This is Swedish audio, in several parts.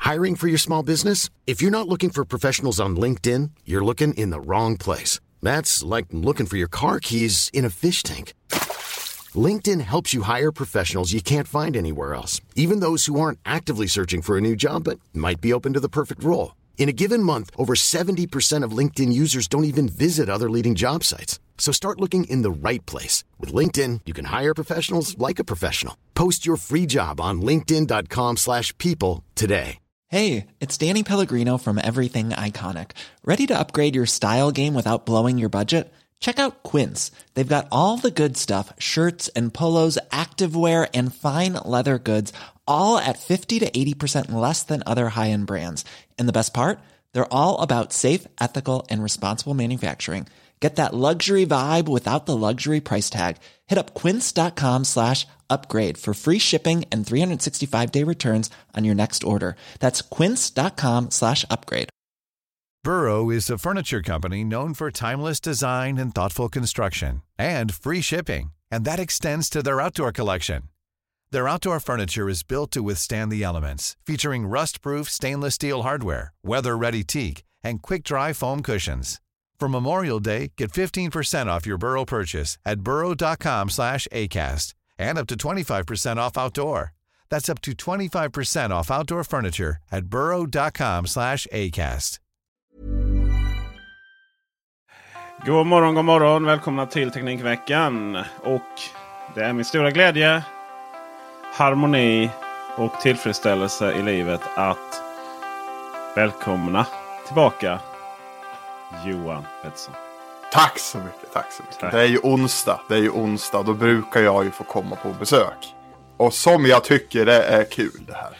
Hiring for your small business? If you're not looking for professionals on LinkedIn, you're looking in the wrong place. That's like looking for your car keys in a fish tank. LinkedIn helps you hire professionals you can't find anywhere else, even those who aren't actively searching for a new job but might be open to the perfect role. In a given month, over 70% of LinkedIn users don't even visit other leading job sites. So start looking in the right place. With LinkedIn, you can hire professionals like a professional. Post your free job on linkedin.com/people today. Hey, it's Danny Pellegrino from Everything Iconic. Ready to upgrade your style game without blowing your budget? Check out Quince. They've got all the good stuff, shirts and polos, activewear, and fine leather goods, all at 50 to 80% less than other high-end brands. And the best part? They're all about safe, ethical, and responsible manufacturing. Get that luxury vibe without the luxury price tag. Hit up quince.com/upgrade for free shipping and 365-day returns on your next order. That's quince.com/upgrade. Burrow is a furniture company known for timeless design and thoughtful construction, and free shipping, and that extends to their outdoor collection. Their outdoor furniture is built to withstand the elements, featuring rust-proof stainless steel hardware, weather-ready teak, and quick-dry foam cushions. For Memorial Day, get 15% off your Burrow purchase at burrow.com/acast, and up to 25% off outdoor. That's up to 25% off outdoor furniture at burrow.com/acast. God morgon, välkomna till Teknikveckan. Och det är min stora glädje, harmoni och tillfredsställelse i livet att välkomna tillbaka Johan Pettersson. Tack så mycket, tack så mycket. Tack. Det är ju onsdag, då brukar jag ju få komma på besök. Och som jag tycker det är kul det här.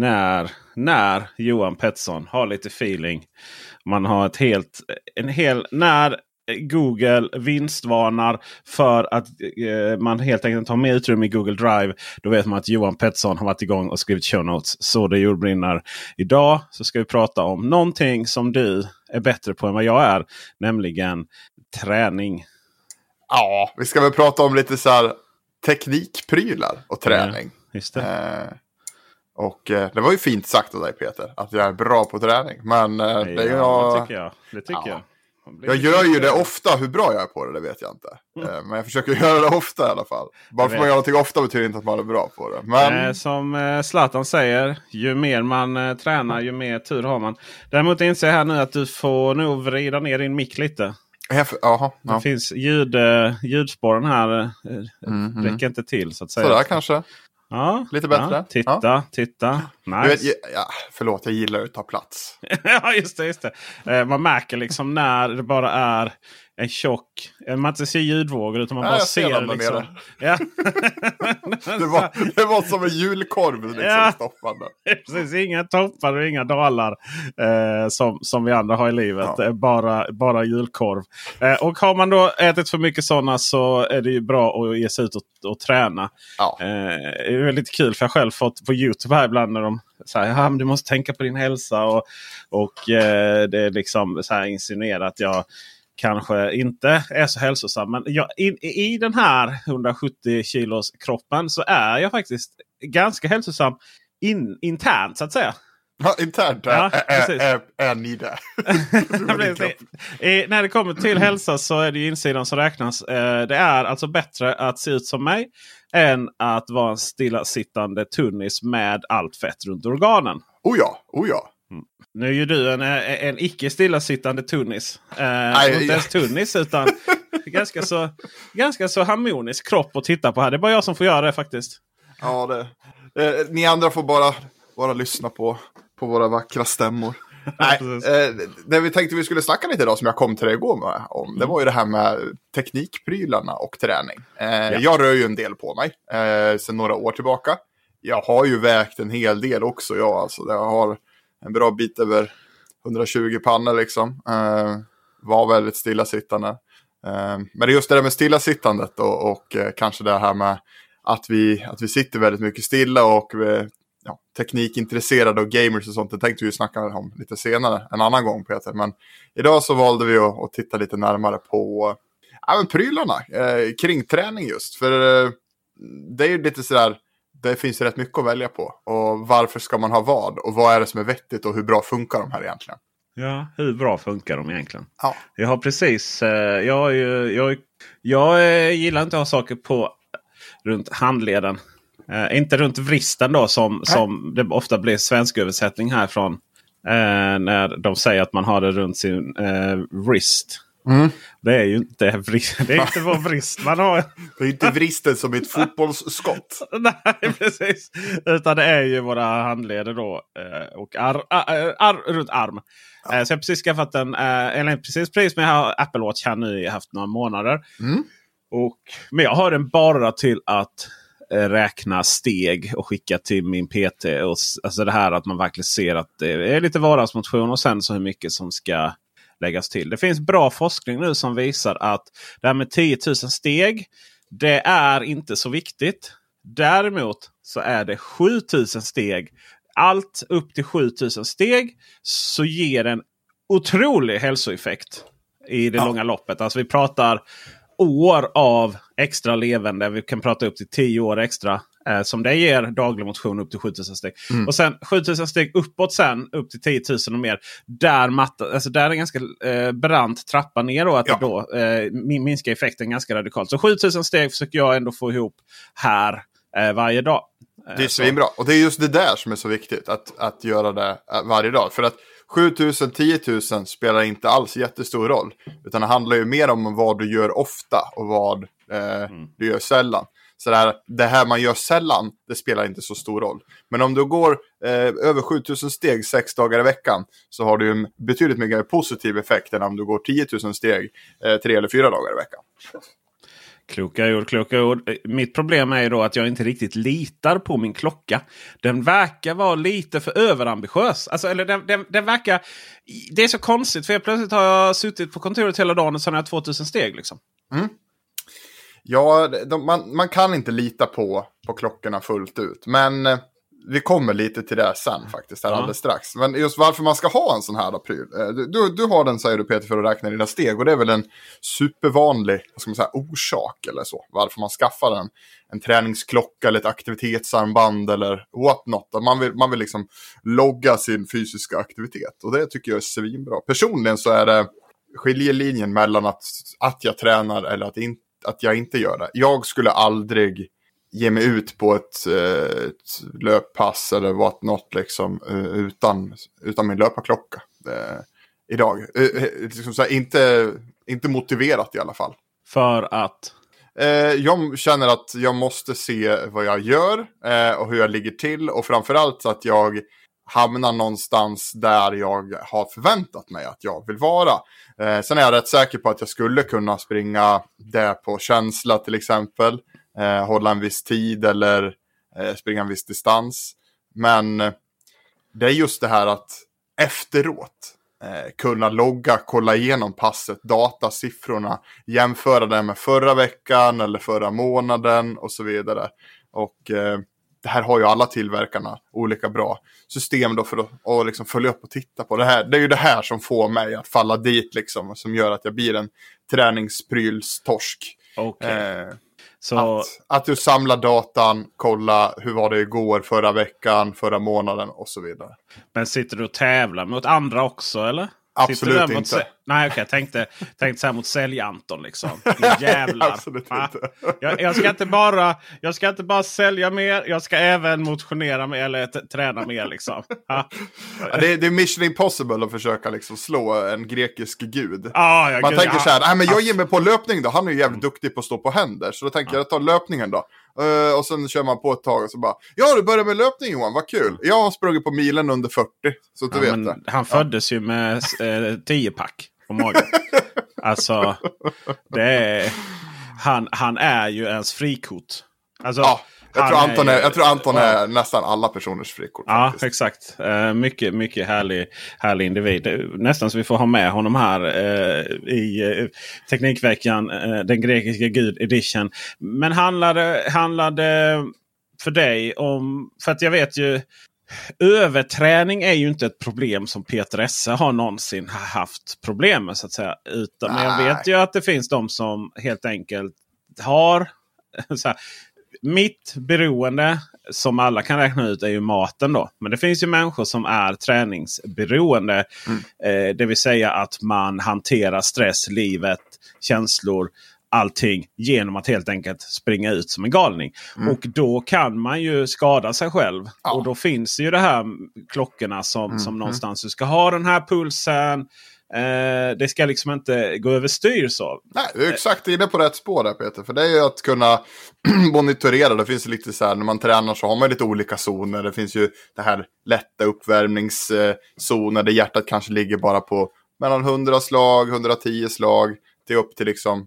När Johan Pettersson har lite feeling, man har när Google vinstvarnar för att man helt enkelt har mer utrymme i Google Drive, då vet man att Johan Pettersson har varit igång och skrivit show notes. Så det jordbrinner. Idag så ska vi prata om någonting som du är bättre på än vad jag är, nämligen träning. Ja, vi ska väl prata om lite så här teknikprylar och träning. Ja, just det. Och det var ju fint sagt av dig, Peter, att jag är bra på träning. Men det tycker jag. Jag gör ju det ofta. Hur bra jag är på det vet jag inte. Men jag försöker göra det ofta i alla fall. Bara för att man gör någonting ofta betyder inte att man är bra på det. Men... Som Zlatan säger, ju mer man tränar, ju mer tur har man. Däremot inser jag här nu att du får nog vrida ner din mick lite. Det finns ljudspåren här. Räcker inte till så att säga. Sådär kanske. Ja, lite bättre. Titta. Nice. Du vet, förlåt, jag gillar att ta plats. Ja, just det. Man märker liksom när det bara är en tjock... Man inte ser ljudvågor utan man bara ser liksom. Ja. det var som en julkorv liksom, stoppande. Precis, inga toppar och inga dalar som vi andra har i livet. Ja. Bara julkorv. Och har man då ätit för mycket sådana så är det ju bra att ge sig ut och träna. Ja. Det är väldigt kul för jag själv fått på YouTube här ibland när de säger men du måste tänka på din hälsa och det är liksom så här insinuerat att jag kanske inte är så hälsosam. Men i den här 170 kilos kroppen så är jag faktiskt ganska hälsosam internt så att säga. Ja, internt är ni det. När det kommer till hälsa så är det ju insidan som räknas. Det är alltså bättre att se ut som mig än att vara en stillasittande tunnis med allt fett runt organen. Oh ja. Nu är ju du en icke stillasittande tunnis. Inte ens tunnis utan ganska så harmonisk kropp att titta på här. Det är bara jag som får göra det faktiskt. Ja, ni andra får bara lyssna på våra vackra stämmor. Nej, det vi tänkte vi skulle snacka lite idag som jag kom till dig igår med om. Det var ju det här med teknikprylarna och träning. Jag rör ju en del på mig sedan några år tillbaka. Jag har ju vägt en hel del också. Jag har en bra bit över 120 pannor liksom. Var väldigt stillasittande. Men det är just det där med stillasittandet och kanske det här med att vi sitter väldigt mycket stilla och teknikintresserade och gamers och sånt. Det tänkte vi snacka om lite senare en annan gång, Peter. Men idag så valde vi att titta lite närmare på prylarna kring träning just. För det är ju lite sådär det finns rätt mycket att välja på. Och varför ska man ha vad? Och vad är det som är vettigt och hur bra funkar de här egentligen? Ja, hur bra funkar de egentligen? Ja. Jag har precis... Jag gillar inte att ha saker på runt handleden. Inte runt vristen då som det ofta blir svensk översättning härifrån. När de säger att man har det runt sin wrist. Mm. Det är ju inte det är inte vår vrist man har. Det är inte vristen som ett fotbollsskott. Nej, precis. Utan det är ju våra handleder då. Och runt arm. Så jag har precis skaffat precis men jag har Apple Watch här nu. Jag har haft några månader. Mm. Men jag har den bara till att räkna steg och skicka till min PT. Och, alltså det här att man verkligen ser att det är lite vardagsmotion och sen så hur mycket som ska läggas till. Det finns bra forskning nu som visar att det här med 10 000 steg, det är inte så viktigt. Däremot så är det 7 000 steg. Allt upp till 7 000 steg så ger en otrolig hälsoeffekt i det långa loppet. Alltså vi pratar år av extra levande. Vi kan prata upp till 10 år extra. Som det ger daglig motion upp till 7000 steg. Och sen 7000 steg uppåt sen upp till 10 000 och mer. Där är en ganska brant trappa ner då. Att det då minskar effekten ganska radikalt. Så 7000 steg försöker jag ändå få ihop här varje dag. Det är svinbra. Och det är just det där som är så viktigt. Att göra det varje dag. För att 7000, 10 000 spelar inte alls jättestor roll. Utan det handlar ju mer om vad du gör ofta och vad du gör sällan. Så det här man gör sällan, det spelar inte så stor roll. Men om du går över 7000 steg 6 dagar i veckan så har du en betydligt mer positiv effekt än om du går 10 000 steg 3 eller 4 dagar i veckan. Kloka ord. Mitt problem är ju då att jag inte riktigt litar på min klocka. Den verkar vara lite för överambitiös. Alltså, eller den verkar... Det är så konstigt för plötsligt har jag suttit på kontoret hela dagen och så har jag 2000 steg liksom. Mm. Ja, man kan inte lita på klockorna fullt ut. Men vi kommer lite till det sen faktiskt här alldeles strax. Men just varför man ska ha en sån här pryl. Du har den, säger du Peter, för att räkna dina steg. Och det är väl en supervanlig orsak eller så. Varför man skaffar en träningsklocka eller ett aktivitetsarmband eller what not. Man vill liksom logga sin fysiska aktivitet. Och det tycker jag är svinbra. Personligen så är det skiljelinjen mellan att jag tränar eller att jag inte gör det. Jag skulle aldrig ge mig ut på ett löppass eller what not liksom, utan min löparklocka idag. Liksom så här, inte motiverat i alla fall. För att? Jag känner att jag måste se vad jag gör och hur jag ligger till. Och framförallt så att jag hamnar någonstans där jag har förväntat mig att jag vill vara. Sen är jag rätt säker på att jag skulle kunna springa där på känsla till exempel. Hålla en viss tid eller springa en viss distans. Men det är just det här att efteråt kunna logga, kolla igenom passet, datasiffrorna, jämföra det med förra veckan eller förra månaden och så vidare. Och det här har ju alla tillverkarna olika bra system då för att liksom följa upp och titta på det här. Det är ju det här som får mig att falla dit liksom, som gör att jag blir en träningsprylstorsk. Okay. Så... Att du samlar datan, kolla hur var det igår, förra veckan, förra månaden och så vidare. Men sitter du och tävlar mot andra också eller? Absolut inte. Nej, okej. Jag tänkte så här mot sälj-Anton liksom. Jävlar. Absolut inte. Jag ska inte bara sälja mer. Jag ska även motionera mer eller träna mer liksom. Det är Mission Impossible att försöka liksom slå en grekisk gud. Man tänker så här, nej men jag ger mig på löpning då. Han är ju jävligt duktig på att stå på händer. Så då tänker jag ta löpningen då. Och sen kör man på ett tag och så bara, ja du börjar med löpning Johan, vad kul. Jag har sprungit på milen under 40, så du vet det. Han föddes ju med 10-pack på magen. Alltså, han är ju ens frikort. Alltså, jag tror Anton är nästan alla personers frikort. Ja, faktiskt. Exakt. Mycket härlig individ. Nästan så vi får ha med honom här i Teknikveckan, den grekiska gud edition. Men handlade för dig om, för att jag vet ju, överträning är ju inte ett problem som Peter Esse har någonsin haft problem med så att säga. Men jag vet ju att det finns de som helt enkelt har så här, mitt beroende som alla kan räkna ut är ju maten då. Men det finns ju människor som är träningsberoende. Det vill säga att man hanterar stress, livet, känslor, allting genom att helt enkelt springa ut som en galning. Och då kan man ju skada sig själv. Ja. Och då finns ju det här klockorna som någonstans du ska ha den här pulsen. Det ska liksom inte gå över styr så. Nej, du är exakt inne på rätt spår där, Peter. För det är ju att kunna monitorera. Det finns lite så här, när man tränar så har man lite olika zoner. Det finns ju det här lätta uppvärmningszoner där hjärtat kanske ligger bara på mellan 100 slag, 110 slag till upp till liksom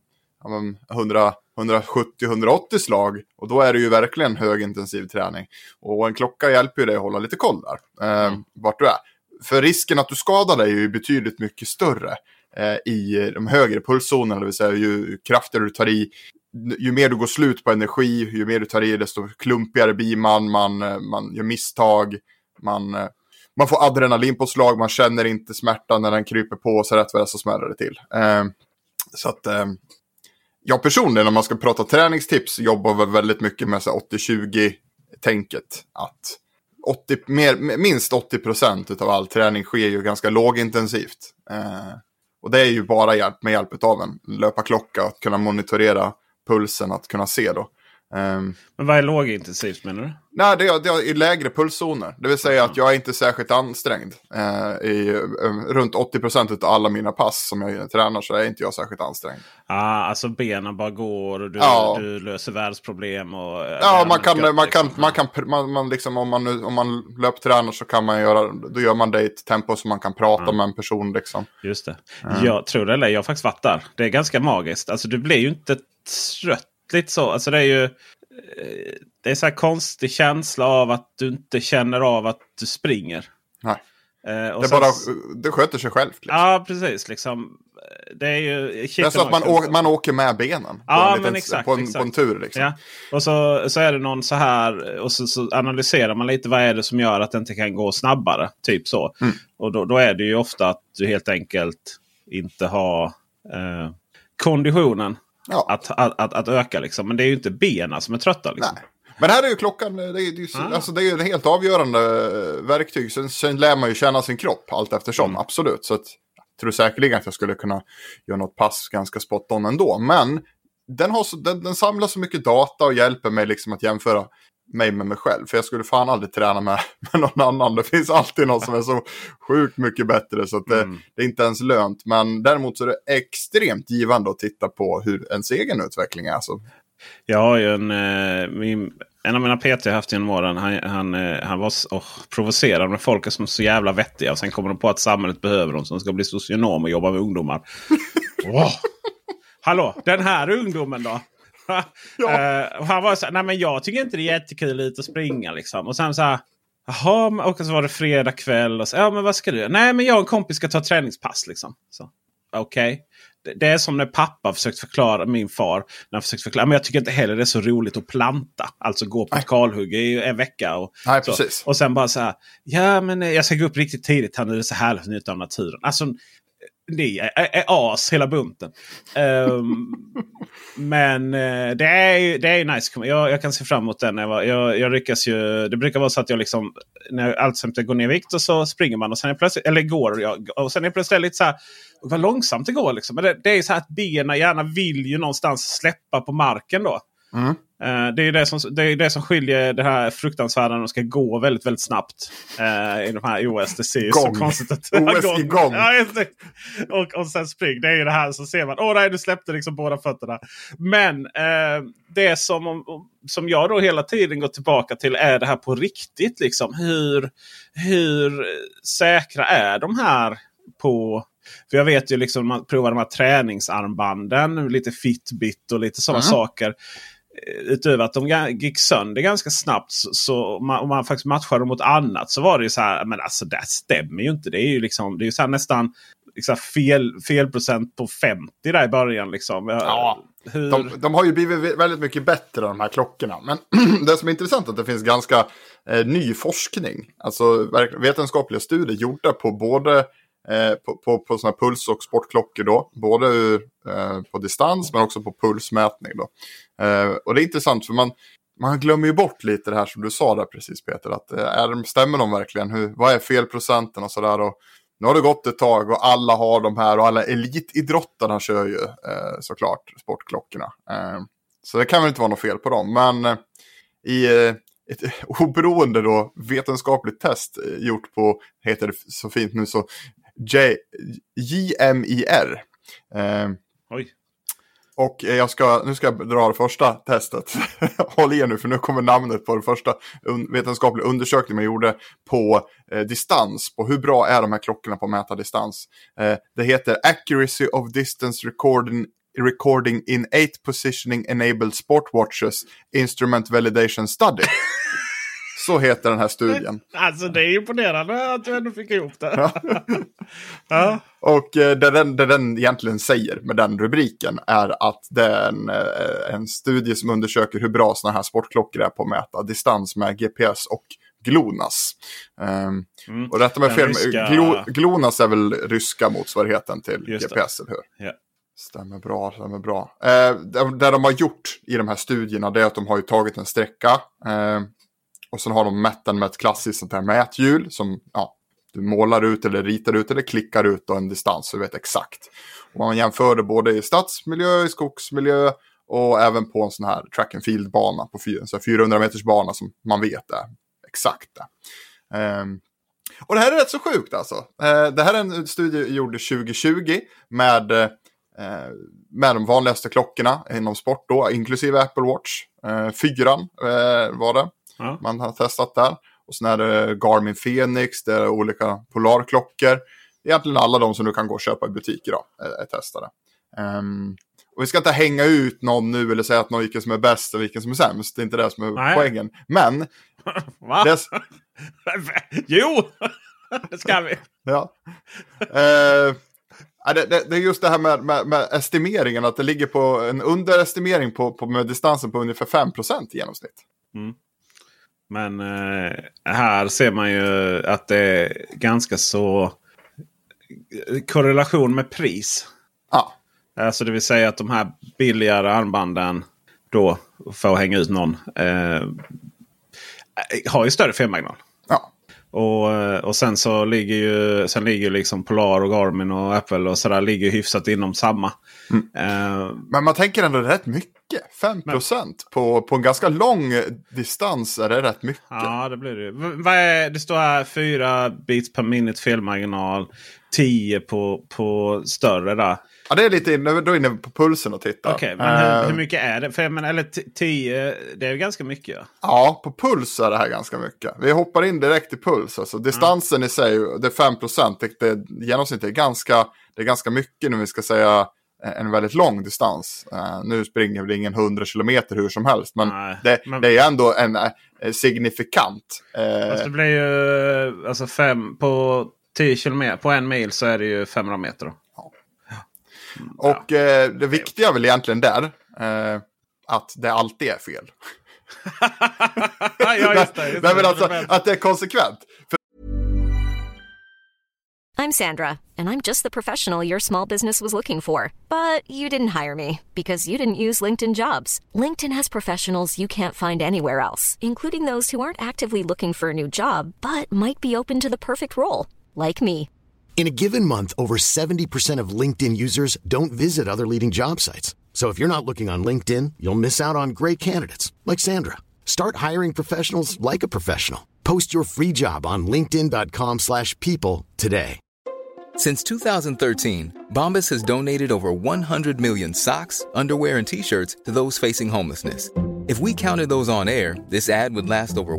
170-180 slag. Och då är det ju verkligen högintensiv träning. Och en klocka hjälper ju dig att hålla lite koll där. Vart du är. För risken att du skadar dig är ju betydligt mycket större i de högre pulszonerna. Det vill säga ju kraftigare du tar i, ju mer du går slut på energi, ju mer du tar i desto klumpigare blir man gör misstag, man får adrenalinpåslag, man känner inte smärtan när den kryper på, så rätt vad det så smäller det till. Så att jag personligen, när man ska prata träningstips, jobbar väl väldigt mycket med 80-20-tänket. Att minst 80% av all träning sker ju ganska lågintensivt. Och det är ju bara med hjälp av en löparklocka, att kunna monitorera pulsen, att kunna se då. Men vad är lågintensivt menar du? Nej, det är i lägre pulszoner. Det vill säga att jag är inte särskilt ansträngd. Runt 80% av alla mina pass som jag tränar så är inte jag särskilt ansträngd. Alltså benen bara går och du löser världsproblem. Och, man liksom, om man löptränar så kan man då gör man det i ett tempo så man kan prata med en person liksom. Just det. Jag tror det, eller jag har faktiskt varit där. Det är ganska magiskt. Alltså du blir ju inte trött. Lite så. Alltså det är ju det är så här konstig känsla av att du inte känner av att du springer. Nej. Det sköter sig själv. Liksom. Ja, precis. Liksom, det är ju... Det är så att man åker med benen. Ja, på en tur. Liksom. Ja. Och så är det någon så här... Och så analyserar man lite vad är det som gör att det inte kan gå snabbare. Typ så. Och då är det ju ofta att du helt enkelt inte har konditionen. Ja. Att öka liksom. Men det är ju inte benen som är trötta liksom. Nej. Men här är ju klockan, det är ju ett helt avgörande verktyg. Sen lär man ju känna sin kropp allt eftersom, absolut. Så att, jag tror säkerligen att jag skulle kunna göra något pass ganska spot on ändå. Men den samlar så mycket data och hjälper mig liksom att jämföra mig med mig själv. För jag skulle fan aldrig träna med någon annan. Det finns alltid någon som är så sjukt mycket bättre så att det är inte ens lönt. Men däremot så är det extremt givande att titta på hur ens egen utveckling är. Så. Jag har ju en av mina PT jag haft genom åren. Han var provocerad med folk som är så jävla vettiga. Och sen kommer de på att samhället behöver dem som ska bli socionom och jobba med ungdomar. Hallå, den här ungdomen då? Och han var så här, nej men jag tycker inte det är jättekul lite att springa liksom. Och sen så här, jaha, och så var det fredag kväll och så, ja men vad ska du? Nej men jag och en kompis ska ta träningspass liksom. Så, okej. Det är som när pappa försökt förklara, min far, när han försökt förklara, men jag tycker inte heller det är så roligt att planta. Alltså gå på ett kalhugg i en vecka och nej, så. Precis. Och sen bara så här, ja men jag ska gå upp riktigt tidigt här nu, det är så härligt att njuta av naturen. Alltså det är as hela bunten. Men det är ju nice. Jag kan se fram emot den. Jag lyckas ju. Det brukar vara så att jag liksom när allt som går ner i vikt och så springer man och sen är plötsligt eller går och sen är plötsligt lite så här vad långsamt det går liksom. Men det är så här att benen gärna vill ju någonstans släppa på marken då. Det är det som skiljer det här fruktansvärda när de ska gå väldigt, väldigt snabbt i de här OS. Det ser ju så konstigt ut. OS igång. Ja, och sen spring. Det är ju det här så ser man. Nej, du släppte liksom båda fötterna. Men det som jag då hela tiden går tillbaka till är det här på riktigt. Liksom. Hur säkra är de här på... För jag vet ju liksom man provar de här träningsarmbanden. Lite Fitbit och lite sådana saker. Utöver att de gick sönder ganska snabbt så om man faktiskt matchade dem mot annat så var det ju så här, men alltså det stämmer ju inte. Det är ju liksom, det är ju så här nästan liksom felprocent på 50 där i början liksom. Ja, de har ju blivit väldigt mycket bättre de här klockorna. Men det som är intressant är att det finns ganska ny forskning. Alltså vetenskapliga studier gjorda på både på såna här puls- och sportklockor då. Både på distans men också på pulsmätning då. Och det är intressant för man man glömmer ju bort lite det här som du sa där precis, Peter. Att stämmer de verkligen? Vad är felprocenten och sådär? Och nu har det gått ett tag och alla har de här och alla elitidrottarna kör ju såklart sportklockorna. Så det kan väl inte vara något fel på dem. Men i ett oberoende då vetenskapligt test gjort på, heter det så fint nu så, JMIR. Oj. Och nu ska jag dra det första testet. Håll igen nu, för nu kommer namnet på det första vetenskapliga undersökningen man gjorde på distans. På hur bra är de här klockorna på att mäta distans. Det heter Accuracy of Distance Recording in 8 Positioning Enabled Sportwatches Instrument Validation Study. Så heter den här studien. Alltså det är imponerande att du ändå fick ihop det. Ja. Ja. Och det den egentligen säger med den rubriken är att det är en studie som undersöker hur bra såna här sportklockor är på att mäta distans med GPS och GLONASS. Och rätta mig fel, GLONASS är väl ryska motsvarigheten till GPS, eller hur? Ja. Stämmer bra. Det de har gjort i de här studierna, det är att de har ju tagit en sträcka och sen har de mätt den med ett klassiskt sånt här mäthjul som du målar ut eller ritar ut eller klickar ut en distans så du vet exakt. Och man jämför det både i stadsmiljö, i skogsmiljö och även på en sån här track and field bana på 400 meters bana som man vet är exakt det. Och det här är rätt så sjukt alltså. Det här är en studie gjord 2020 med de vanligaste klockorna inom sport då, inklusive Apple Watch. 4 var det. Ja. Man har testat där. Och sen är det Garmin Fenix, det är olika polarklockor. Egentligen alla de som du kan gå och köpa i butiker då, är testade. Och vi ska inte hänga ut någon nu eller säga att vilken som är bäst och vilken som är sämst. Det är inte det som är poängen. Men... Va? Jo! Det ska vi. Ja. Det är just det här med estimeringen. Att det ligger på en underestimering med distansen på ungefär 5% i genomsnitt. Mm. Men här ser man ju att det är ganska så korrelation med pris. Ja. Alltså det vill säga att de här billigare armbanden då får hänga ut någon har ju större felmarginal. Ja. Och sen så ligger liksom Polar och Garmin och Apple och sådär ligger hyfsat inom samma. Men man tänker ändå rätt mycket. 5% på en ganska lång distans är det rätt mycket. Ja, det blir det. Det står här 4 bits per minute felmarginal. 10 på större där. Ja, det är lite då inne på pulsen och titta. Okej, men hur mycket är det? 5 eller 10, det är ganska mycket. Ja, på puls är det här ganska mycket. Vi hoppar in direkt i puls. Alltså, distansen i sig, det är 5%. Det genomsnitt är ganska mycket när vi ska säga en väldigt lång distans. Nu springer väl ingen 100 kilometer hur som helst. Men det är ändå en signifikant. Fast det blir ju alltså 5 på 10 kilometer. På 1 mil så är det ju 500 meter då. Ja. Och det viktiga är väl egentligen där att det alltid är fel. Ja, just det. Nej, men alltså, att det är konsekvent. I'm Sandra, and I'm just the professional your small business was looking for. But you didn't hire me because you didn't use LinkedIn Jobs. LinkedIn has professionals you can't find anywhere else, including those who aren't actively looking for a new job, but might be open to the perfect role, like me. In a given month, over 70% of LinkedIn users don't visit other leading job sites. So if you're not looking on LinkedIn, you'll miss out on great candidates like Sandra. Start hiring professionals like a professional. Post your free job on linkedin.com/people today. Since 2013, Bombas has donated over 100 million socks, underwear, and T-shirts to those facing homelessness. If we counted those on air, this ad would last over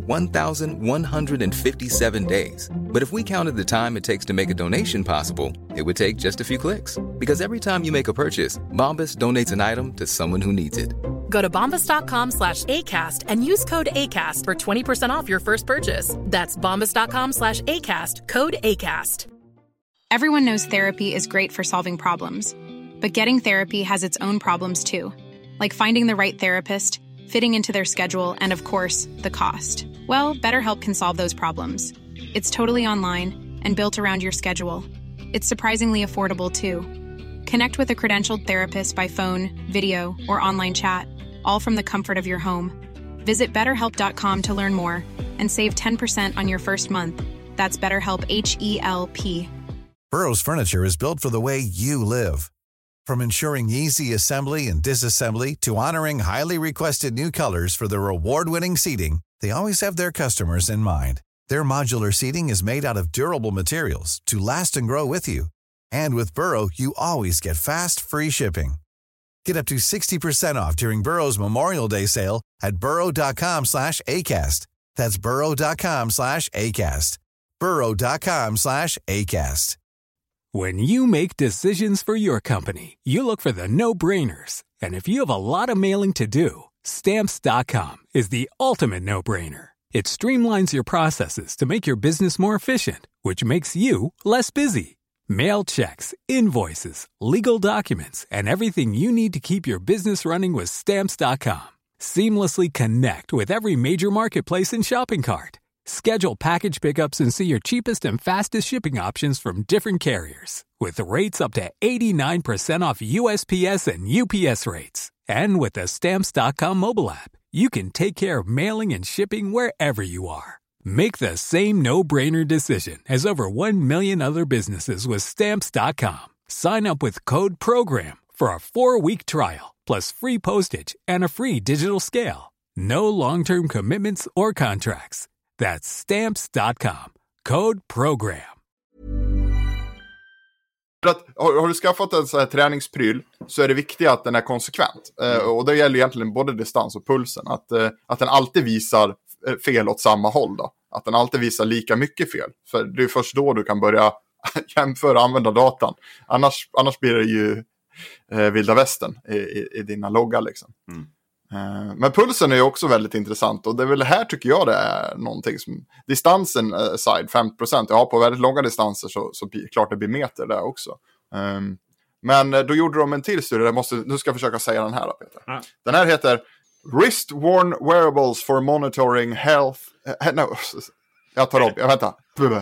1,157 days. But if we counted the time it takes to make a donation possible, it would take just a few clicks. Because every time you make a purchase, Bombas donates an item to someone who needs it. Go to bombas.com/ACAST and use code ACAST for 20% off your first purchase. That's bombas.com/ACAST, code ACAST. Everyone knows therapy is great for solving problems, but getting therapy has its own problems too, like finding the right therapist, fitting into their schedule, and of course, the cost. Well, BetterHelp can solve those problems. It's totally online and built around your schedule. It's surprisingly affordable too. Connect with a credentialed therapist by phone, video, or online chat, all from the comfort of your home. Visit BetterHelp.com to learn more and save 10% on your first month. That's BetterHelp, H-E-L-P. Burrow's furniture is built for the way you live. From ensuring easy assembly and disassembly to honoring highly requested new colors for their award-winning seating, they always have their customers in mind. Their modular seating is made out of durable materials to last and grow with you. And with Burrow, you always get fast, free shipping. Get up to 60% off during Burrow's Memorial Day sale at burrow.com/ACAST. That's burrow.com/ACAST. burrow.com/ACAST. When you make decisions for your company, you look for the no-brainers. And if you have a lot of mailing to do, Stamps.com is the ultimate no-brainer. It streamlines your processes to make your business more efficient, which makes you less busy. Mail checks, invoices, legal documents, and everything you need to keep your business running with Stamps.com. Seamlessly connect with every major marketplace and shopping cart. Schedule package pickups and see your cheapest and fastest shipping options from different carriers. With rates up to 89% off USPS and UPS rates. And with the Stamps.com mobile app, you can take care of mailing and shipping wherever you are. Make the same no-brainer decision as over 1 million other businesses with Stamps.com. Sign up with code PROGRAM for a 4-week trial, plus free postage and a free digital scale. No long-term commitments or contracts. That's Stamps.com. Code PROGRAM. Har du skaffat en sån här träningspryl så är det viktigt att den är konsekvent. Och det gäller egentligen både distans och pulsen. Att den alltid visar fel åt samma håll då. Att den alltid visar lika mycket fel. För det är först då du kan börja jämföra och använda datan. Annars blir det ju vilda västern i dina loggar liksom. Men pulsen är ju också väldigt intressant. Och det är väl här tycker jag det är någonting som... Distansen side 50%. Ja, på väldigt långa distanser så klart det blir meter där också. Men då gjorde de en till studie. Nu ska jag försöka säga den här då, Peter. Den här heter Wrist-worn wearables for monitoring health... jag tar upp. Vänta.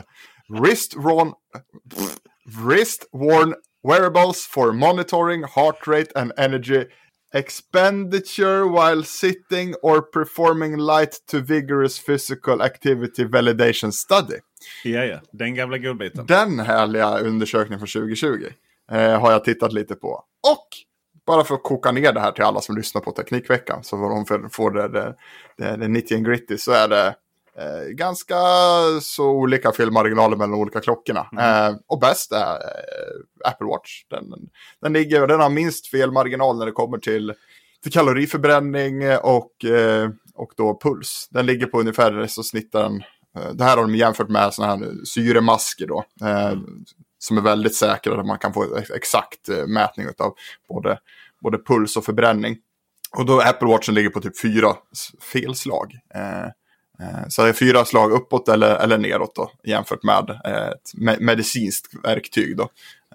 Wrist-worn wearables for monitoring heart rate and energy expenditure while sitting or performing light to vigorous physical activity validation study. Ja, den gamla godbiten. Den härliga undersökningen från 2020 har jag tittat lite på. Och bara för att koka ner det här till alla som lyssnar på Teknikveckan så de får det nitty and gritty så är det ganska så olika felmarginaler mellan de olika klockorna. Och bäst är Apple Watch. Den har minst felmarginal när det kommer till kaloriförbränning och då puls. Den ligger på ungefär så snittar den. Det här har de jämfört med såna här syremasker då. Som är väldigt säkra där man kan få exakt mätning av både puls och förbränning. Och då Apple Watchen ligger på typ 4 felslag. Så det är 4 slag uppåt eller neråt då, jämfört med ett medicinskt verktyg då.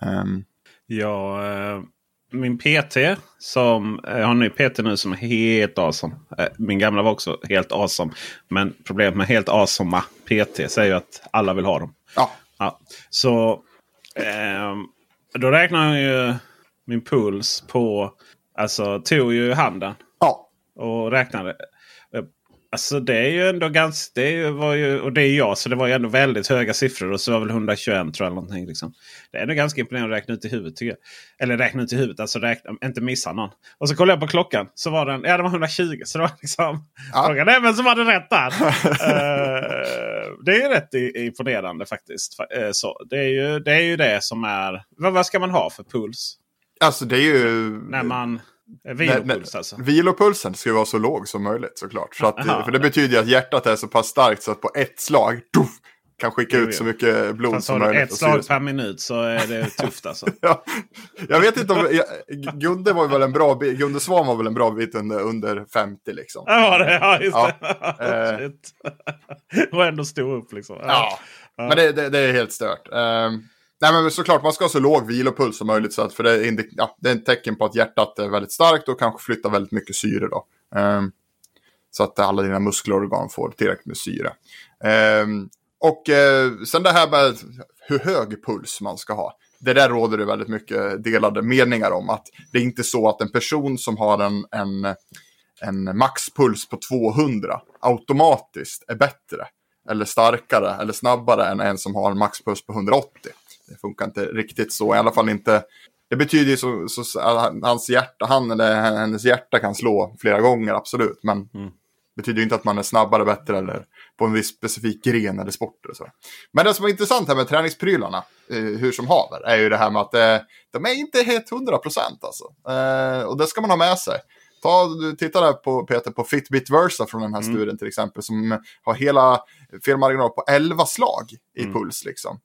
Min PT som jag har en ny PT nu som är helt awesome. Min gamla var också helt awesome. Men problemet med helt awesome PT säger ju att alla vill ha dem. Ja. Så då räknar jag ju min puls på, alltså tog ju handen. Ja. Och räknade. Alltså det är ju ändå ganska... och det är jag, så det var ju ändå väldigt höga siffror. Och så var väl 121 tror jag någonting liksom. Det är ändå ganska imponerande att räkna ut i huvudet tycker jag. Eller räkna ut i huvudet, alltså inte missa någon. Och så kollade jag på klockan, så var den... Ja, det var 120, så det var liksom... Frågan, nej, men så var det rätt där. Det är ju rätt imponerande faktiskt. Så, det är ju det som är... Vad ska man ha för puls? Alltså det är ju... När man... Vilopuls alltså. Vilopulsen ska ju vara så låg som möjligt såklart. Så att, för det betyder att hjärtat är så pass starkt så att på ett slag kan skicka ut så mycket blod som möjligt. Ett slag per minut så är det tufft alltså. Jag vet inte om... Gunde Svan var väl en bra bit under 50 liksom. Ja, just det. Och ändå stå upp liksom. Ja. Men det är helt stört. Nej, men såklart man ska ha så låg vilopuls som möjligt så att, för det är en tecken på att hjärtat är väldigt starkt och kanske flyttar väldigt mycket syre då. Så att alla dina muskelorgan får tillräckligt med syre. Och sen det här med hur hög puls man ska ha. Det där råder det väldigt mycket delade meningar om. Att det är inte så att en person som har en maxpuls på 200 automatiskt är bättre eller starkare eller snabbare än en som har en maxpuls på 180. Det funkar inte riktigt så, i alla fall inte. Det betyder ju så hans hjärta, han eller hennes hjärta kan slå flera gånger, absolut, men betyder ju inte att man är snabbare, bättre eller på en viss specifik gren eller sport eller så. Men det som är intressant här med träningsprylarna, hur som haver, är ju det här med att de är inte helt 100% alltså. Och det ska man ha med sig. Titta där på Peter på Fitbit Versa från den här studien till exempel, som har hela felmarginal på 11 slag i puls liksom.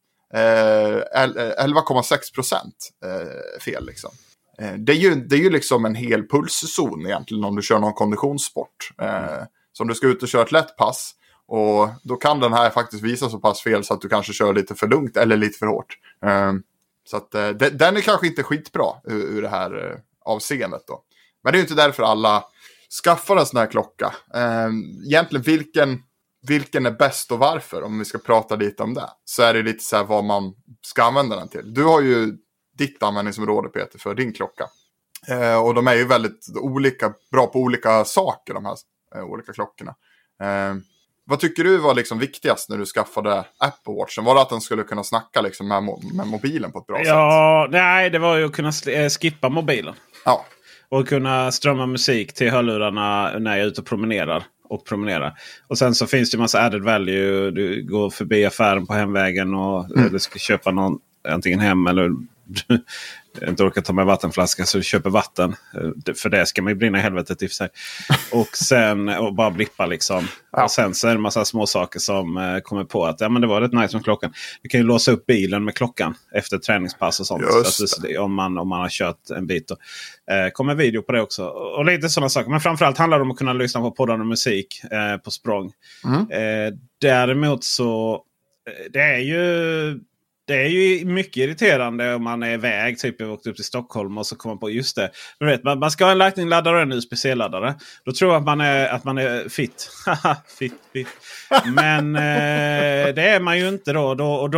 11,6% fel liksom. Det är ju liksom en hel pulszon egentligen om du kör någon konditionssport. Så om du ska ut och köra ett lätt pass, och då kan den här faktiskt visa så pass fel så att du kanske kör lite för lugnt eller lite för hårt. Så att den är kanske inte skitbra ur det här avseendet då. Men det är ju inte därför alla skaffar en sån här klocka. Egentligen vilken är bäst och varför, om vi ska prata lite om det, så är det lite så här vad man ska använda den till. Du har ju ditt användningsområde, Peter, för din klocka. Och de är ju väldigt bra på olika saker, de här olika klockorna. Vad tycker du var liksom viktigast när du skaffade Apple Watchen? Var det att den skulle kunna snacka liksom med mobilen på ett bra sätt? Ja, nej, det var ju att kunna skippa mobilen. Ja. Och kunna strömma musik till hörlurarna när jag är ute och promenerar. Och sen så finns det en massa added value. Du går förbi affären på hemvägen och du ska köpa någon, antingen hem eller inte orkar ta med vattenflaska, så du köper vatten. För det ska man ju brinna i helvetet i och för sig. Och sen och bara blippa liksom. Ja. Och sen så är det en massa små saker som kommer på att men det var rätt nice med klockan. Du kan ju låsa upp bilen med klockan efter träningspass och sånt. Så att om man har kört en bit. Kommer video på det också. Och lite sådana saker. Men framförallt handlar det om att kunna lyssna på poddande musik på språng. Däremot så det är ju mycket irriterande om man är iväg, typ jag åkte upp till Stockholm och så kommer man på just det. Du vet, man ska ha en Lightning-laddare och en USB-C-laddare. Då tror jag att man är fit. fit. Men det är man ju inte då.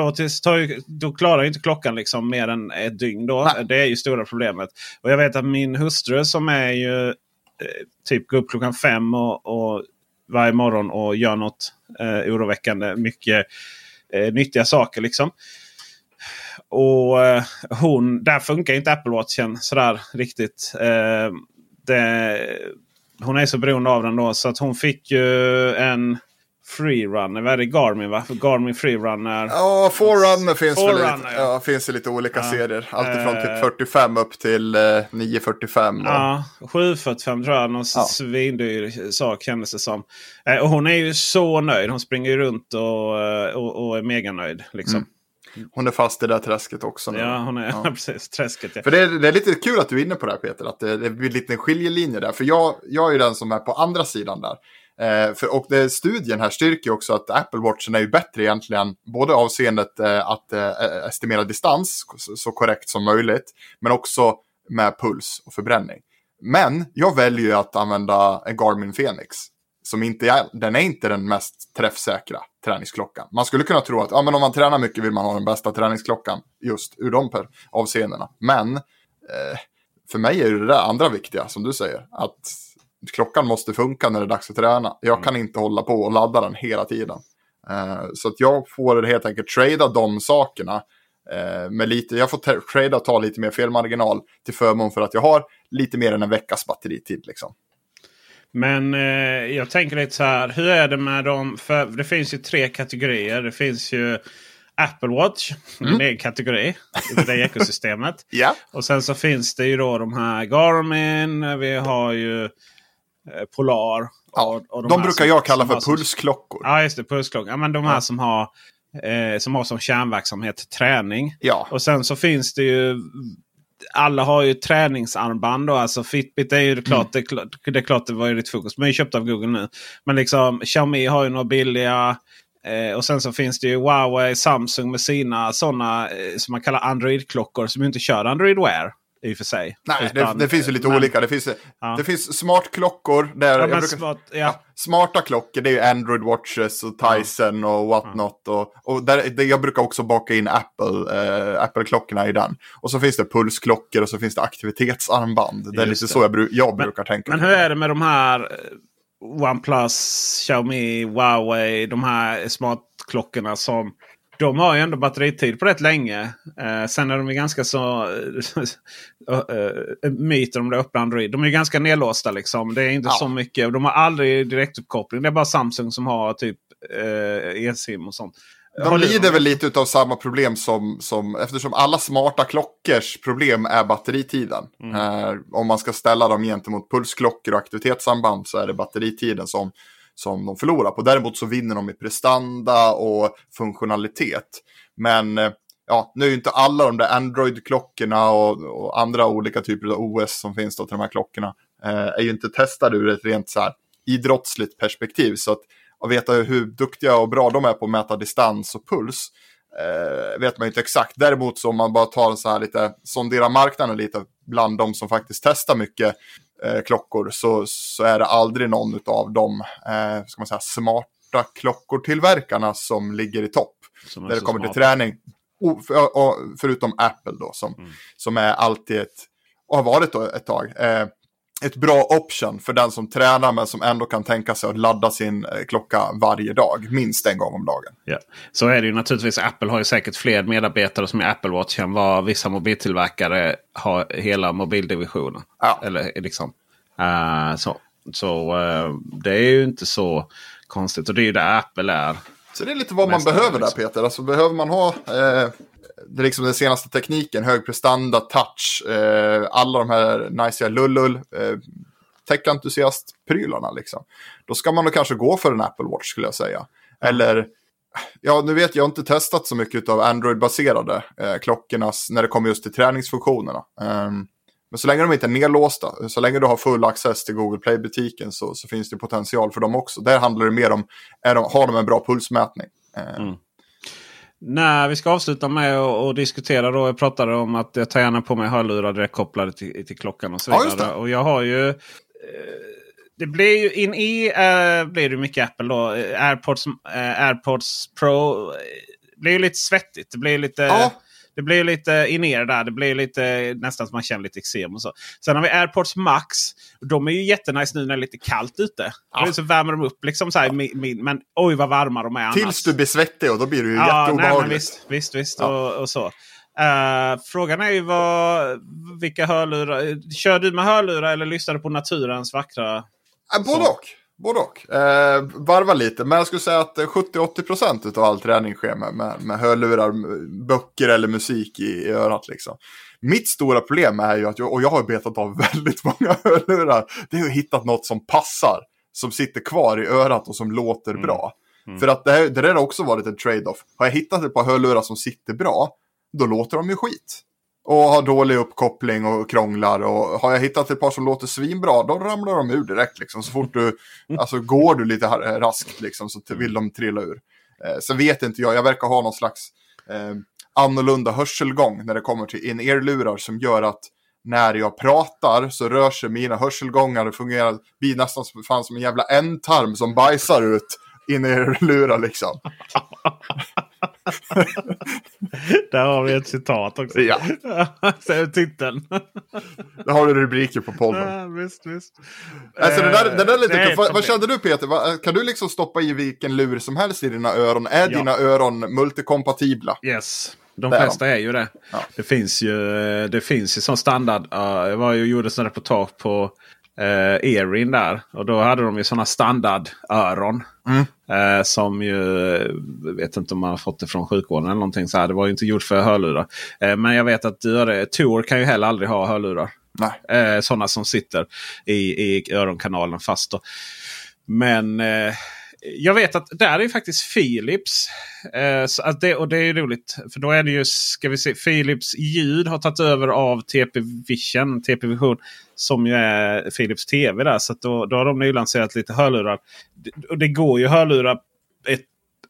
Då klarar ju inte klockan liksom mer än ett dygn då. Det är ju stora problemet. Och jag vet att min hustru som är ju typ går upp klockan 5 och varje morgon och gör något oroväckande mycket nyttiga saker liksom. Och där funkar inte Apple Watchen sådär riktigt. Hon är så beroende av den då, så att hon fick ju en Freerunner. Vad är det? Garmin, va? Garmin Freerunner. Ja, Forerunner finns det lite olika serier. Alltifrån typ 45 upp till 945. Ja, 745 tror jag. Någon svindyr sak kändes det som. Och hon är ju så nöjd. Hon springer ju runt och är mega nöjd liksom. Hon är fast i det där träsket också nu. Ja, hon är precis träsket. Ja. För det är lite kul att du är inne på det här, Peter. Att det blir lite en skiljelinje där. För jag är ju den som är på andra sidan där. Studien här styrker också att Apple Watchen är ju bättre egentligen. Både avseendet att estimera distans så korrekt som möjligt. Men också med puls och förbränning. Men jag väljer ju att använda en Garmin Fenix. Den är inte den mest träffsäkra träningsklockan. Man skulle kunna tro att men om man tränar mycket vill man ha den bästa träningsklockan just ur de avseendena. Men för mig är det där andra viktiga som du säger. Att klockan måste funka när det är dags att träna. Jag kan inte hålla på och ladda den hela tiden. Så att jag får helt enkelt trada de sakerna med lite. Jag får trada och ta lite mer felmarginal till förmån för att jag har lite mer än en veckas batteritid liksom. Men jag tänker lite så här, hur är det med dem? För det finns ju 3 kategorier. Det finns ju Apple Watch, det är en kategori i det ekosystemet. Yeah. Och sen så finns det ju då de här Garmin, vi har ju Polar. Och de brukar jag kalla för pulsklockor. Ja, just det, pulsklockor. Ja, men de här som har som kärnverksamhet träning. Ja. Och sen så finns det ju, alla har ju träningsarmband då. Alltså Fitbit är ju klart, det är klart det var ju ditt fokus. Men är köpt av Google nu. Men liksom Xiaomi har ju några billiga. Och sen så finns det ju Huawei, Samsung med sina sådana som man kallar Android-klockor som inte kör Android Wear. i och för sig. Nej, det finns ju lite olika. Det finns smartklockor. Smarta klockor, det är ju Android Watches och Tyson och whatnot. Och jag brukar också baka in Apple-klockorna i den. Och så finns det pulsklockor och så finns det aktivitetsarmband. Det är lite så jag brukar tänka. Men hur är det med de här OnePlus, Xiaomi, Huawei, de här smartklockorna som... De har ju ändå batteritid på rätt länge. Sen är de ju ganska så... myter om det öppna Android. De är ju ganska nedlåsta liksom. Det är inte så mycket. De har aldrig direktuppkoppling. Det är bara Samsung som har typ eSIM och sånt. De lider väl lite av samma problem som eftersom alla smarta klockors problem är batteritiden. Om man ska ställa dem gentemot pulsklockor och aktivitetssamband så är det batteritiden som de förlorar på. Däremot så vinner de i prestanda och funktionalitet. Men nu är ju inte alla de där Android-klockorna och andra olika typer av OS som finns då till de här klockorna är ju inte testade ur ett rent så här idrottsligt perspektiv. Så att veta hur duktiga och bra de är på att mäta distans och puls vet man ju inte exakt. Däremot så om man bara tar så här lite, sonderar marknaden lite bland de som faktiskt testar mycket klockor så är det aldrig någon av de ska man säga, smarta klockortillverkarna som ligger i topp. Där det kommer till träning. Förutom Apple då som är alltid och har varit då ett tag ett bra option för den som tränar men som ändå kan tänka sig att ladda sin klocka varje dag, minst en gång om dagen. Ja. Så är det ju naturligtvis. Apple har ju säkert fler medarbetare som är Apple Watch än vad vissa mobiltillverkare har hela mobildivisionen. Ja. Eller liksom. Så det är ju inte så konstigt. Och det är ju där Apple är. Så det är lite vad man behöver där, Peter. Alltså behöver man ha det är liksom den senaste tekniken, hög prestanda, touch, alla de här nice lullul, tech-entusiast-prylarna liksom. Då ska man då kanske gå för en Apple Watch skulle jag säga. Eller, nu vet jag inte testat så mycket av Android-baserade klockornas när det kommer just till träningsfunktionerna. Men så länge de inte är nedlåsta, så länge du har full access till Google Play-butiken så finns det potential för dem också. Där handlar det mer om, har de en bra pulsmätning? Nej, vi ska avsluta med att diskutera då. Jag pratade om att jag tar gärna på mig hörlurar direkt kopplade till klockan och så vidare. Ja, och jag har ju... Det blir ju blir det mycket Apple då. AirPods Pro blir ju lite svettigt. Det blir lite... Ja. Det blir lite in-ear där. Det blir lite nästan som man känner lite eksem och så. Sen har vi AirPods Max. De är ju jättenice nu när det är lite kallt ute. Ja. Så värmer de upp liksom så här. Men oj vad varma de är annars. Tills du blir svettig och då blir du ju jätteobehagligt. Visst. Ja. Och så. Frågan är ju vilka hörlurar. Kör du med hörlurar eller lyssnar du på naturens vackra? Både och. Varva lite. Men jag skulle säga att 70-80% av all träning sker med hörlurar, böcker eller musik i örat liksom. Mitt stora problem är ju att jag har betat av väldigt många hörlurar. Det är ju hittat något som passar. Som sitter kvar i örat och som låter bra. För att det har också varit en trade-off. Har jag hittat ett par hörlurar som sitter bra, då låter de ju skit. Och har dålig uppkoppling och krånglar. Och har jag hittat ett par som låter svinbra, då ramlar de ur direkt liksom. Så fort du, alltså går du lite raskt liksom, så vill de trilla ur. Så vet inte jag verkar ha någon slags annorlunda hörselgång när det kommer till in-ear-lurar som gör att när jag pratar så rör sig mina hörselgångar. Det fungerar, blir nästan som en jävla ändtarm som bajsar ut in-ear-lurar liksom. Där har vi ett citat också. Ja. Säg titeln. Där har du rubriker på podden. Ja, visst. Alltså det där är lite vad kände du, Peter? Kan du liksom stoppa i vilken lur som helst i dina öron? Är dina öron multikompatibla? Yes. De flesta är ju det. Ja. Det finns ju som standard. Jag gjorde sån reportage på Erin där. Och då hade de ju såna standardöron. Som ju, vet inte om man har fått det från sjukvården eller någonting så här. Det var ju inte gjort för hörlurar. Men jag vet att Tor kan ju heller aldrig ha hörlurar. Nej. Sådana som sitter i öronkanalen fast då. Men jag vet att där är ju faktiskt Philips. Och det är ju roligt. För då är det ju, ska vi se, Philips ljud har tagit över av TP Vision. Som ju är Philips TV där. Så att då har de nu lanserat lite hörlurar. Och det går ju hörlurar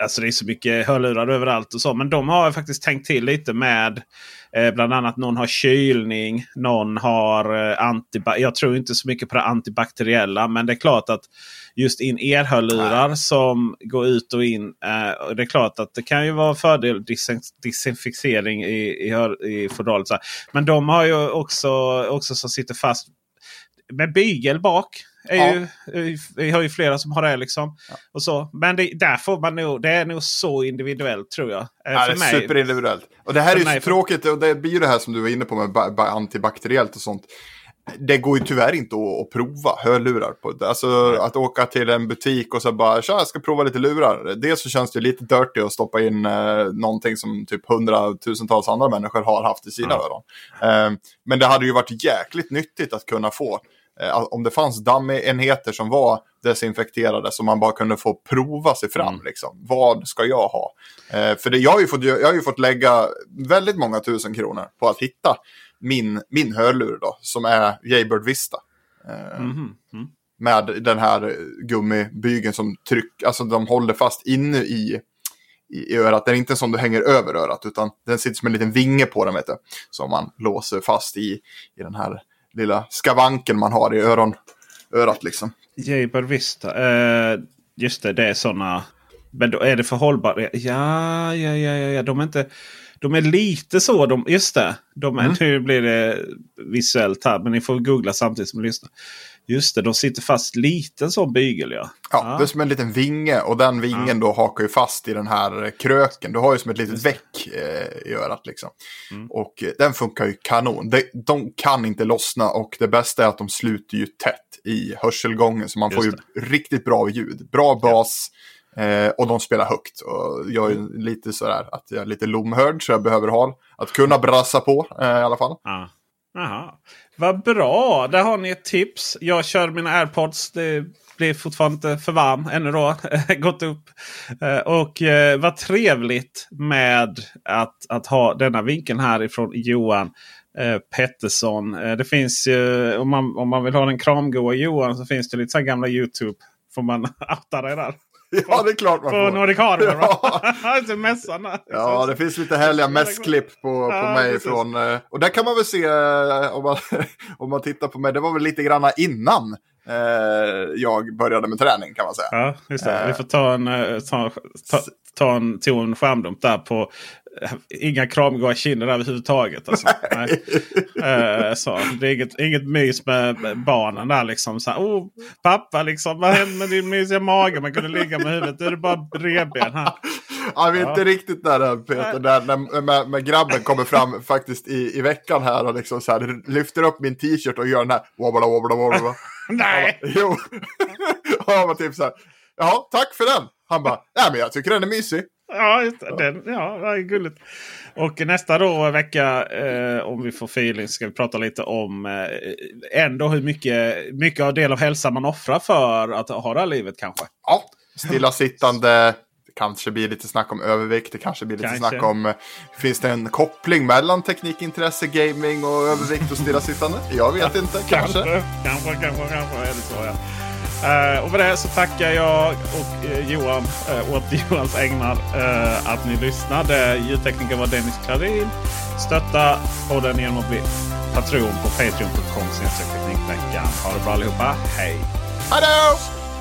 alltså det är så mycket hörlurar överallt och så. Men de har faktiskt tänkt till lite med bland annat någon har kylning. Någon har jag tror inte så mycket på det antibakteriella. Men det är klart att just in elhörlurar som går ut och in. Det är klart att det kan ju vara fördel desinficering i fodralet. Men de har ju också som sitter fast med bygel bak. Vi har ju flera som har det liksom. Och så. Men där får man nog, det är nog så individuellt tror jag. Det är superindividuellt. Och det här är ju tråkigt. Och det blir ju det här som du var inne på med antibakteriellt och sånt. Det går ju tyvärr inte att prova hörlurar på det. Alltså att åka till en butik och så bara, jag ska prova lite lurar. Dels så känns det lite dirty att stoppa in någonting som typ 100,000-tals andra människor har haft i sina öron. Men det hade ju varit jäkligt nyttigt att kunna få, om det fanns dammenheter som var desinfekterade så man bara kunde få prova sig fram liksom. Vad ska jag ha? För jag har ju fått lägga väldigt många 1000 kronor på att hitta min hörlur då, som är Jaybird Vista. Med den här gummibygeln som alltså de håller fast inne i örat. Den är inte som du hänger över örat, utan den sitter som en liten vinge på den, vet du, som man låser fast i den här lilla skavanken man har i örat liksom. Jaybird Vista. Just det är såna. Men då är det för hållbart. Ja. De är lite så. Just det. Nu blir det visuellt här. Men ni får googla samtidigt som ni lyssnar. Just det, de sitter fast lite som bygel, Ja, det är som en liten vinge. Och den vingen då hakar ju fast i den här kröken. Du har ju som ett litet väck i örat liksom. Och den funkar ju kanon. De kan inte lossna. Och det bästa är att de sluter ju tätt i hörselgången. Så man får ju riktigt bra ljud. Bra bas. Och de spelar högt. Och jag är lite sådär att jag är lite lomhörd, så jag behöver ha att kunna brassa på i alla fall. Aha. Vad bra, där har ni ett tips. Jag kör mina AirPods. Det blir fortfarande inte för varm ännu då. Gått upp. Och vad trevligt med att ha denna vinkeln här ifrån Johan Pettersson. Det finns ju, om man vill ha den kramgoa Johan, så finns det lite så här gamla YouTube. Får man outa det där? Ja, det är klart man får. På Nordic Hardware, va? Mässan. Ja, det finns lite härliga mässklipp på mig från. Och där kan man väl se, om man tittar på mig, det var väl lite grann innan jag började med träning, kan man säga. Ja, just det. Vi får ta en skärmdump där på inga kramgoa kinder där överhuvudtaget. Alltså. Så, det är inget mys med barnen där liksom. Så, pappa liksom, vad hände med din mysiga mage? Man kunde ligga med huvudet. Det är bara revben här. Jag vet inte riktigt där, Peter. När grabben kommer fram faktiskt i veckan här och liksom så här, lyfter upp min t-shirt och gör den här wobbla. Nej! Jo. Och han var typ så här, ja, tack för den. Han bara, nej men jag tycker den är mysig. Ja, det är gulligt. Och nästa vecka, om vi får feeling, ska vi prata lite om ändå hur mycket av del av hälsan man offrar för att ha det här livet kanske. Ja, stillasittande. Det kanske blir lite snack om övervikt. Det kanske blir lite snack om, finns det en koppling mellan teknikintresse, gaming och övervikt och stillasittande? Jag vet inte, kanske är det så, ja. Och med det så tackar jag och Johan åt Johans ägnar att ni lyssnade. Ljudtekniker var Dennis Klarin. Stötta podden genom att bli patron på patreon.com/teknikveckan. Ha det bra allihopa. Hej! Hallå!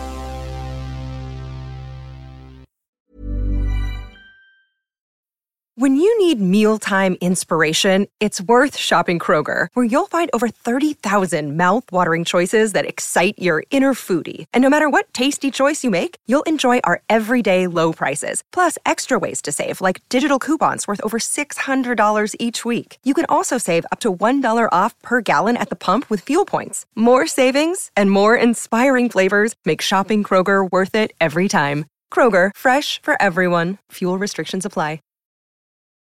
When you need mealtime inspiration, it's worth shopping Kroger, where you'll find over 30,000 mouth-watering choices that excite your inner foodie. And no matter what tasty choice you make, you'll enjoy our everyday low prices, plus extra ways to save, like digital coupons worth over $600 each week. You can also save up to $1 off per gallon at the pump with fuel points. More savings and more inspiring flavors make shopping Kroger worth it every time. Kroger, fresh for everyone. Fuel restrictions apply.